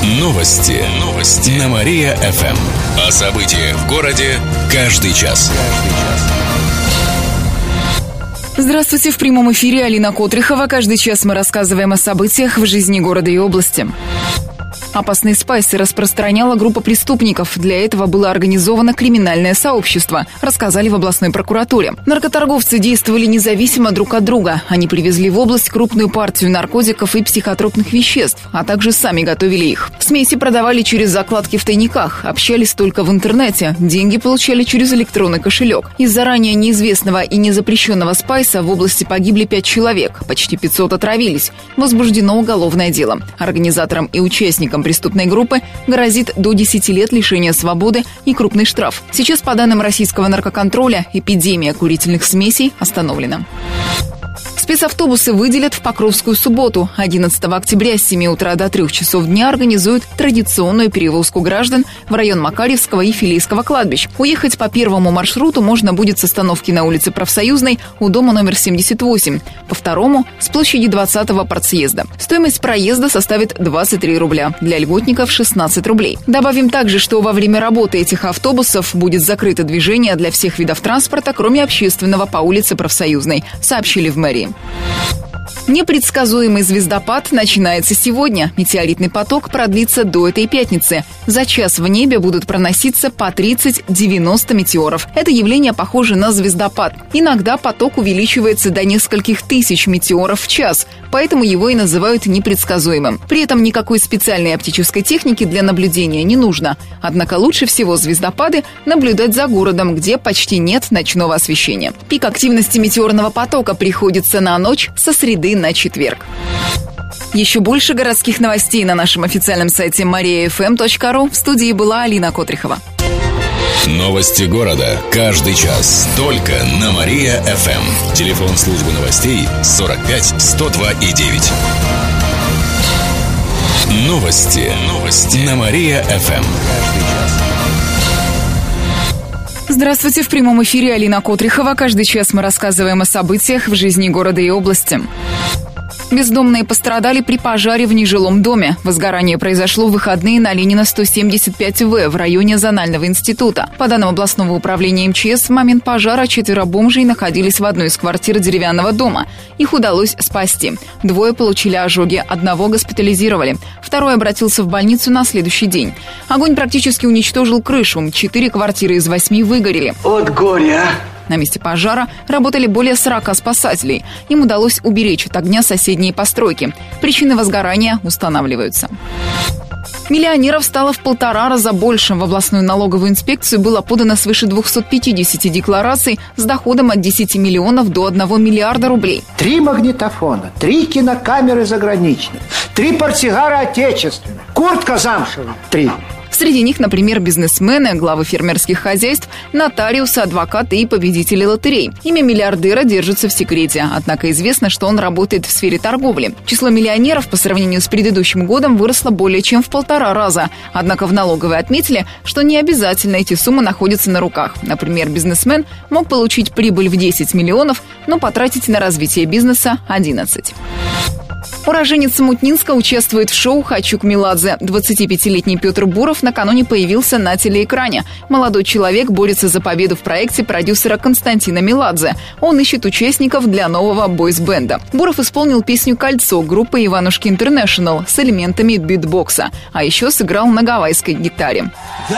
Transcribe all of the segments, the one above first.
Новости на Мария-ФМ. О событиях в городе каждый час. Здравствуйте, в прямом эфире Алина Котрихова. Каждый час мы рассказываем о событиях в жизни города и области. Опасные спайсы распространяла группа преступников. Для этого было организовано криминальное сообщество, рассказали в областной прокуратуре. Наркоторговцы действовали независимо друг от друга. Они привезли в область крупную партию наркотиков и психотропных веществ, а также сами готовили их. Смеси продавали через закладки в тайниках, общались только в интернете, деньги получали через электронный кошелек. Из-за ранее неизвестного и незапрещенного спайса в области погибли 5 человек, почти 500 отравились. Возбуждено уголовное дело. Организаторам и участникам преступной группы грозит до 10 лет лишения свободы и крупный штраф. Сейчас, по данным российского наркоконтроля, эпидемия курительных смесей остановлена. Спецавтобусы выделят в Покровскую субботу. 11 октября с 7 утра до 3 часов дня организуют традиционную перевозку граждан в район Макарьевского и Филейского кладбищ. Уехать по первому маршруту можно будет с остановки на улице Профсоюзной у дома номер 78, по второму – с площади 20-го партсъезда. Стоимость проезда составит 23 рубля, для льготников – 16 рублей. Добавим также, что во время работы этих автобусов будет закрыто движение для всех видов транспорта, кроме общественного по улице Профсоюзной, сообщили в мэрии. Непредсказуемый звездопад начинается сегодня. Метеоритный поток продлится до этой пятницы. За час в небе будут проноситься по 30-90 метеоров. Это явление похоже на звездопад. Иногда поток увеличивается до нескольких тысяч метеоров в час, поэтому его и называют непредсказуемым. При этом никакой специальной оптической техники для наблюдения не нужно. Однако лучше всего звездопады наблюдать за городом, где почти нет ночного освещения. Пик активности метеорного потока приходится на ночь со среды на четверг. Еще больше городских новостей на нашем официальном сайте mariafm.ru. В студии была Алина Котрихова. Новости города каждый час. Только на Мария-ФМ. Телефон службы новостей 45 102 и 9. Новости на Мария-ФМ. Здравствуйте, в прямом эфире Алина Котрихова. Каждый час мы рассказываем о событиях в жизни города и области. Бездомные пострадали при пожаре в нежилом доме. Возгорание произошло в выходные на Ленина 175В в районе Зонального института. По данным областного управления МЧС, в момент пожара 4 бомжей находились в одной из квартир деревянного дома. Их удалось спасти. 2 получили ожоги, 1 госпитализировали. 2 обратился в больницу на следующий день. Огонь практически уничтожил крышу. 4 квартиры из 8 выгорели. От горя! На месте пожара работали более 40 спасателей. Им удалось уберечь от огня соседние постройки. Причины возгорания устанавливаются. Миллионеров стало в 1,5 раза больше. В областную налоговую инспекцию было подано свыше 250 деклараций с доходом от 10 миллионов до 1 миллиарда рублей. 3 магнитофона, 3 кинокамеры заграничных, 3 портсигара отечественных, куртка замшевая, 3. Среди них, например, бизнесмены, главы фермерских хозяйств, нотариусы, адвокаты и победители лотерей. Имя миллиардера держится в секрете, однако известно, что он работает в сфере торговли. Число миллионеров по сравнению с предыдущим годом выросло более чем в 1,5 раза. Однако в налоговой отметили, что не обязательно эти суммы находятся на руках. Например, бизнесмен мог получить прибыль в 10 миллионов, но потратить на развитие бизнеса 11. Уроженец Омутнинска участвует в шоу «Хачук Меладзе». 25-летний Петр Буров накануне появился на телеэкране. Молодой человек борется за победу в проекте продюсера Константина Меладзе. Он ищет участников для нового бойс-бенда. Буров исполнил песню «Кольцо» группы «Иванушки Интернешнл» с элементами битбокса, а еще сыграл на гавайской гитаре.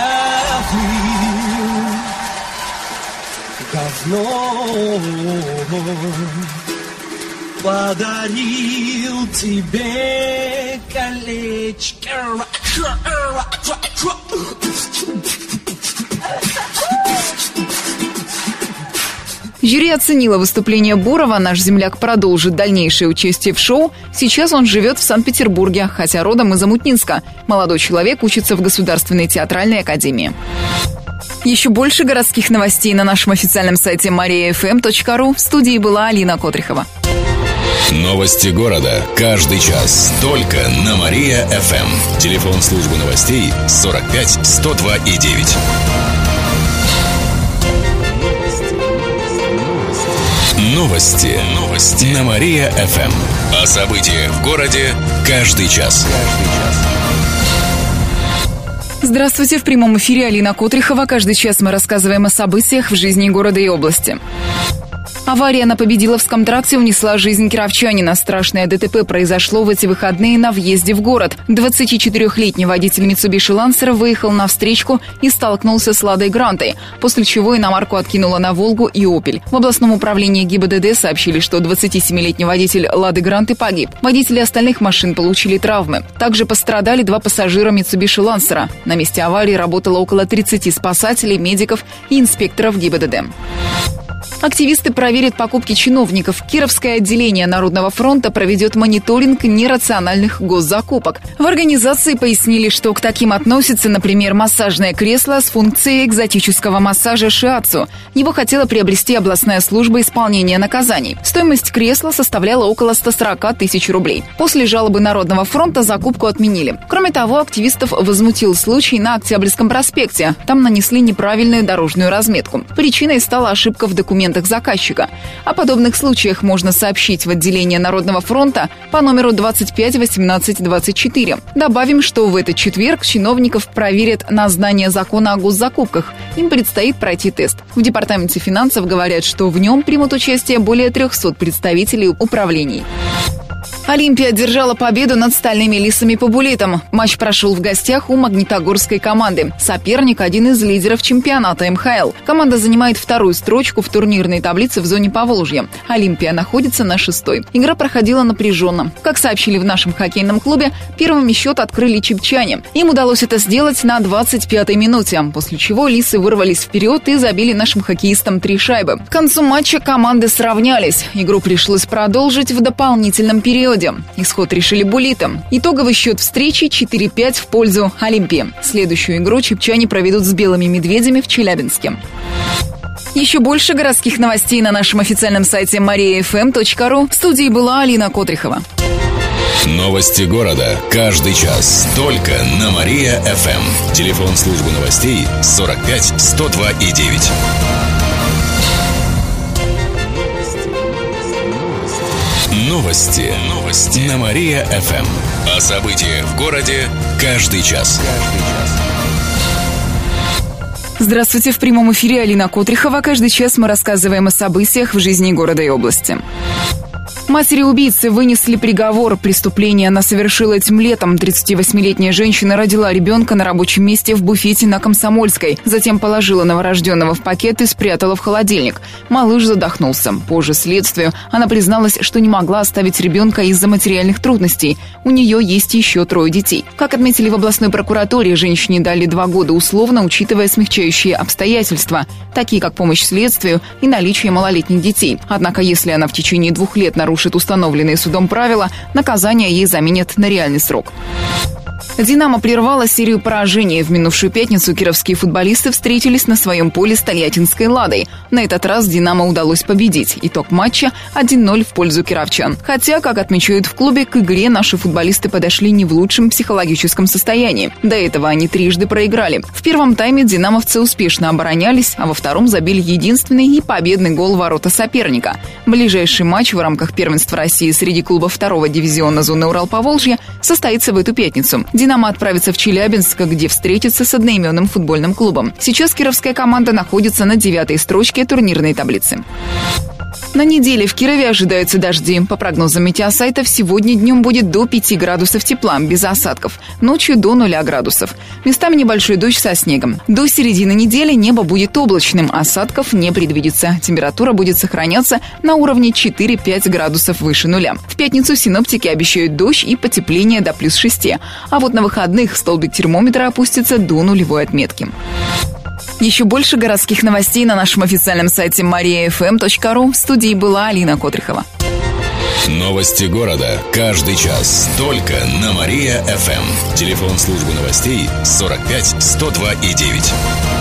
Подарил тебе колечко. Жюри оценило выступление Бурова. Наш земляк продолжит дальнейшее участие в шоу. Сейчас он живет в Санкт-Петербурге, хотя родом из Омутнинска. Молодой человек учится в Государственной театральной академии. Еще больше городских новостей на нашем официальном сайте mariafm.ru. В студии была Алина Котрихова. Новости города каждый час. Только на Мария-ФМ. Телефон службы новостей 45 102 и 9. Новости на Мария-ФМ. О событиях в городе каждый час. Здравствуйте, в прямом эфире Алина Котрихова. Каждый час мы рассказываем о событиях в жизни города и области. Авария на Победиловском тракте унесла жизнь кировчанина. Страшное ДТП произошло в эти выходные на въезде в город. 24-летний водитель Mitsubishi Lancer выехал на встречку и столкнулся с Ладой Грантой, после чего иномарку откинуло на Волгу и Опель. В областном управлении ГИБДД сообщили, что 27-летний водитель Лады Гранты погиб. Водители остальных машин получили травмы. Также пострадали 2 пассажира Mitsubishi Lancer. На месте аварии работало около 30 спасателей, медиков и инспекторов ГИБДД. Активисты проверят покупки чиновников. Кировское отделение Народного фронта проведет мониторинг нерациональных госзакупок. В организации пояснили, что к таким относится, например, массажное кресло с функцией экзотического массажа шиатсу. Его хотела приобрести областная служба исполнения наказаний. Стоимость кресла составляла около 140 тысяч рублей. После жалобы Народного фронта закупку отменили. Кроме того, активистов возмутил случай на Октябрьском проспекте. Там нанесли неправильную дорожную разметку. Причиной стала ошибка в документах заказчика. О подобных случаях можно сообщить в отделение Народного фронта по номеру 25 18 24. Добавим, что в этот четверг чиновников проверят на знание закона о госзакупках. Им предстоит пройти тест. В департаменте финансов говорят, что в нем примут участие более 300 представителей управлений. Олимпия одержала победу над стальными лисами по буллитам. Матч прошел в гостях у магнитогорской команды. Соперник – один из лидеров чемпионата МХЛ. Команда занимает 2-ю строчку в турнирной таблице в зоне Поволжья. Олимпия находится на 6-й. Игра проходила напряженно. Как сообщили в нашем хоккейном клубе, первыми счет открыли чепчане. Им удалось это сделать на 25-й минуте, после чего лисы вырвались вперед и забили нашим хоккеистам 3 шайбы. К концу матча команды сравнялись. Игру пришлось продолжить в дополнительном периоде. Исход решили буллиты. Итоговый счет встречи 4-5 в пользу Олимпии. Следующую игру чепчане проведут с белыми медведями в Челябинске. Еще больше городских новостей на нашем официальном сайте mariafm.ru. В студии была Алина Котрихова. Новости города. Каждый час. Только на Мария-ФМ. Телефон службы новостей 45 102 и 9. Новости на Мария-ФМ. О событиях в городе каждый час. Здравствуйте, в прямом эфире Алина Котрихова. Каждый час мы рассказываем о событиях в жизни города и области. Матери убийцы вынесли приговор. Преступление она совершила этим летом. 38-летняя женщина родила ребенка на рабочем месте в буфете на Комсомольской. Затем положила новорожденного в пакет и спрятала в холодильник. Малыш задохнулся. Позже следствию она призналась, что не могла оставить ребенка из-за материальных трудностей. У нее есть еще 3 детей. Как отметили в областной прокуратуре, женщине дали 2 года условно, учитывая смягчающие обстоятельства, такие как помощь следствию и наличие малолетних детей. Однако, если она в течение 2 лет нарушит установленные судом правила, наказание ей заменят на реальный срок. «Динамо» прервала серию поражений. В минувшую пятницу кировские футболисты встретились на своем поле с тольяттинской «Ладой». На этот раз «Динамо» удалось победить. Итог матча 1-0 в пользу кировчан. Хотя, как отмечают в клубе, к игре наши футболисты подошли не в лучшем психологическом состоянии. До этого они 3 проиграли. В первом тайме динамовцы успешно оборонялись, а во втором забили единственный и победный гол в ворота соперника. Ближайший матч в рамках первенства России среди клубов 2-го дивизиона зоны Урал-Поволжья состоится в эту пятницу. «Динамо» отправится в Челябинск, где встретится с одноименным футбольным клубом. Сейчас кировская команда находится на 9-й строчке турнирной таблицы. На неделе в Кирове ожидаются дожди. По прогнозам метеосайтов, сегодня днем будет до 5 градусов тепла, без осадков. Ночью до 0 градусов. Местами небольшой дождь со снегом. До середины недели небо будет облачным, осадков не предвидится. Температура будет сохраняться на уровне 4-5 градусов выше нуля. В пятницу синоптики обещают дождь и потепление до +6. А вот на выходных столбик термометра опустится до нулевой отметки. Еще больше городских новостей на нашем официальном сайте mariafm.ru. В студии была Алина Котрихова. Новости города. Каждый час. Только на Мария-ФМ. Телефон службы новостей 45 102 и 9.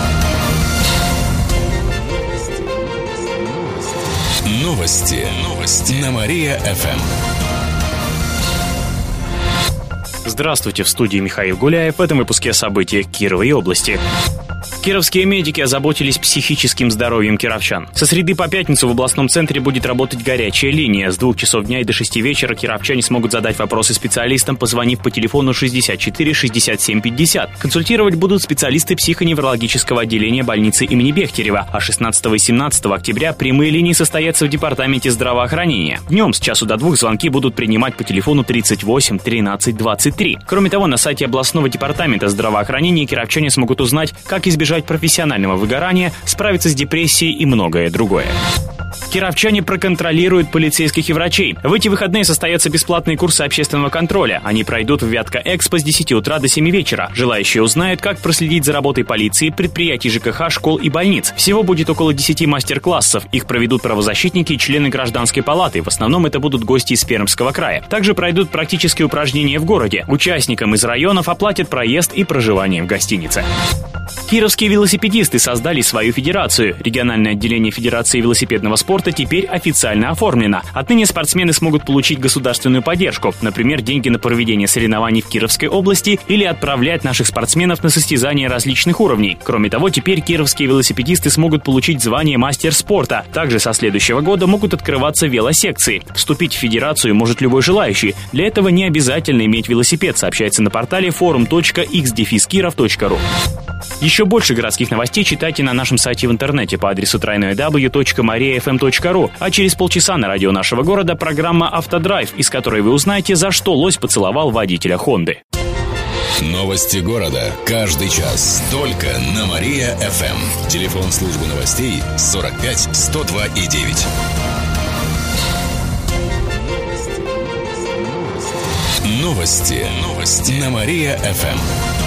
Новости на Мария-ФМ. Здравствуйте, в студии Михаил Гуляев. В этом выпуске события Кировой области. Кировские медики озаботились психическим здоровьем кировчан. Со среды по пятницу в областном центре будет работать горячая линия. С 2 часов дня и до 6 вечера кировчане смогут задать вопросы специалистам, позвонив по телефону 64 67 50. Консультировать будут специалисты психоневрологического отделения больницы имени Бехтерева. А 16 и 17 октября прямые линии состоятся в департаменте здравоохранения. Днем с часу до 2 звонки будут принимать по телефону 38 13 23. Кроме того, на сайте областного департамента здравоохранения кировчане смогут узнать, как избежать профессионального выгорания, справиться с депрессией и многое другое. Кировчане проконтролируют полицейских и врачей. В эти выходные состоятся бесплатные курсы общественного контроля. Они пройдут в Вятка-Экспо с 10 утра до 7 вечера. Желающие узнают, как проследить за работой полиции, предприятий ЖКХ, школ и больниц. Всего будет около 10 мастер-классов. Их проведут правозащитники и члены гражданской палаты. В основном это будут гости из Пермского края. Также пройдут практические упражнения в городе. Участникам из районов оплатят проезд и проживание в гостинице. Кировские велосипедисты создали свою федерацию. Региональное отделение Федерации велосипедного спорта теперь официально оформлено. Отныне спортсмены смогут получить государственную поддержку, например, деньги на проведение соревнований в Кировской области или отправлять наших спортсменов на состязания различных уровней. Кроме того, теперь кировские велосипедисты смогут получить звание мастер спорта. Также со следующего года могут открываться велосекции. Вступить в федерацию может любой желающий. Для этого не обязательно иметь велосипед, сообщается на портале forum.x-kirov.ru. Еще больше городских новостей читайте на нашем сайте в интернете по адресу www.mariafm.ru. А через полчаса на радио нашего города программа «Автодрайв», из которой вы узнаете, за что лось поцеловал водителя «Хонды». Новости города. Каждый час. Только на Мария-ФМ. Телефон службы новостей 45 102 и 9. Новости на Мария-ФМ.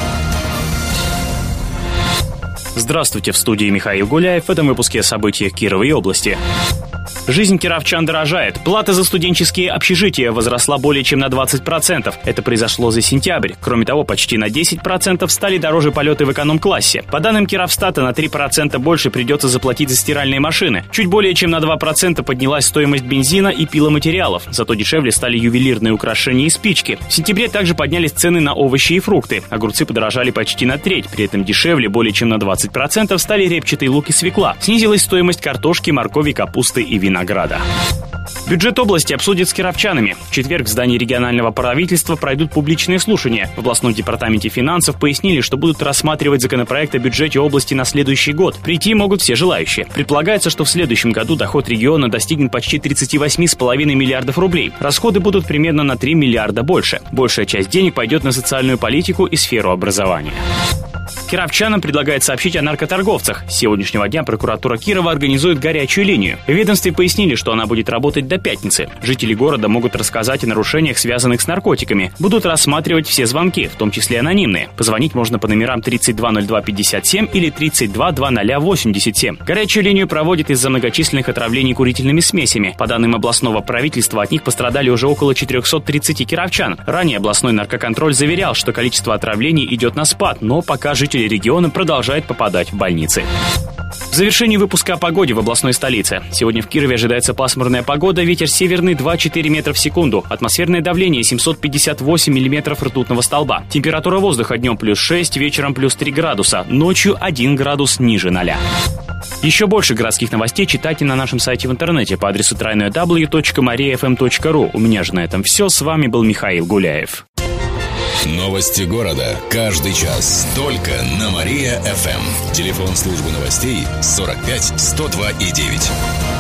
Здравствуйте, в студии Михаил Гуляев. В этом выпуске о событиях Кирова и области. Жизнь кировчан дорожает. Плата за студенческие общежития возросла более чем на 20%. Это произошло за сентябрь. Кроме того, почти на 10% стали дороже полеты в эконом-классе. По данным Кировстата, на 3% больше придется заплатить за стиральные машины. Чуть более чем на 2% поднялась стоимость бензина и пиломатериалов. Зато дешевле стали ювелирные украшения и спички. В сентябре также поднялись цены на овощи и фрукты. Огурцы подорожали почти на треть. При этом дешевле более чем на 20% стали репчатый лук и свекла. Снизилась стоимость картошки, моркови, капусты и винограда. Бюджет области обсудят с кировчанами. В четверг в здании регионального правительства пройдут публичные слушания. В областном департаменте финансов пояснили, что будут рассматривать законопроект о бюджете области на следующий год. Прийти могут все желающие. Предполагается, что в следующем году доход региона достигнет почти 38,5 миллиардов рублей. Расходы будут примерно на 3 миллиарда больше. Большая часть денег пойдет на социальную политику и сферу образования. Кировчанам предлагает сообщить о наркоторговцах. С сегодняшнего дня прокуратура Кирова организует горячую линию. В ведомстве пояснили, что она будет работать до пятницы. Жители города могут рассказать о нарушениях, связанных с наркотиками. Будут рассматривать все звонки, в том числе анонимные. Позвонить можно по номерам 320257 или 322087. Горячую линию проводят из-за многочисленных отравлений курительными смесями. По данным областного правительства, от них пострадали уже около 430 кировчан. Ранее областной наркоконтроль заверял, что количество отравлений идет на спад, но пока жители региона продолжают попадать в больницы. В завершении выпуска о погоде в областной столице. Сегодня в Кирове ожидается пасмурная погода, ветер северный 2-4 метра в секунду, атмосферное давление 758 миллиметров ртутного столба. Температура воздуха днем плюс 6, вечером плюс 3 градуса, ночью 1 градус ниже 0. Еще больше городских новостей читайте на нашем сайте в интернете по адресу www.mariafm.ru. У меня же на этом все. С вами был Михаил Гуляев. Новости города. Каждый час. Только на Мария-ФМ. Телефон службы новостей 45 102 и 9.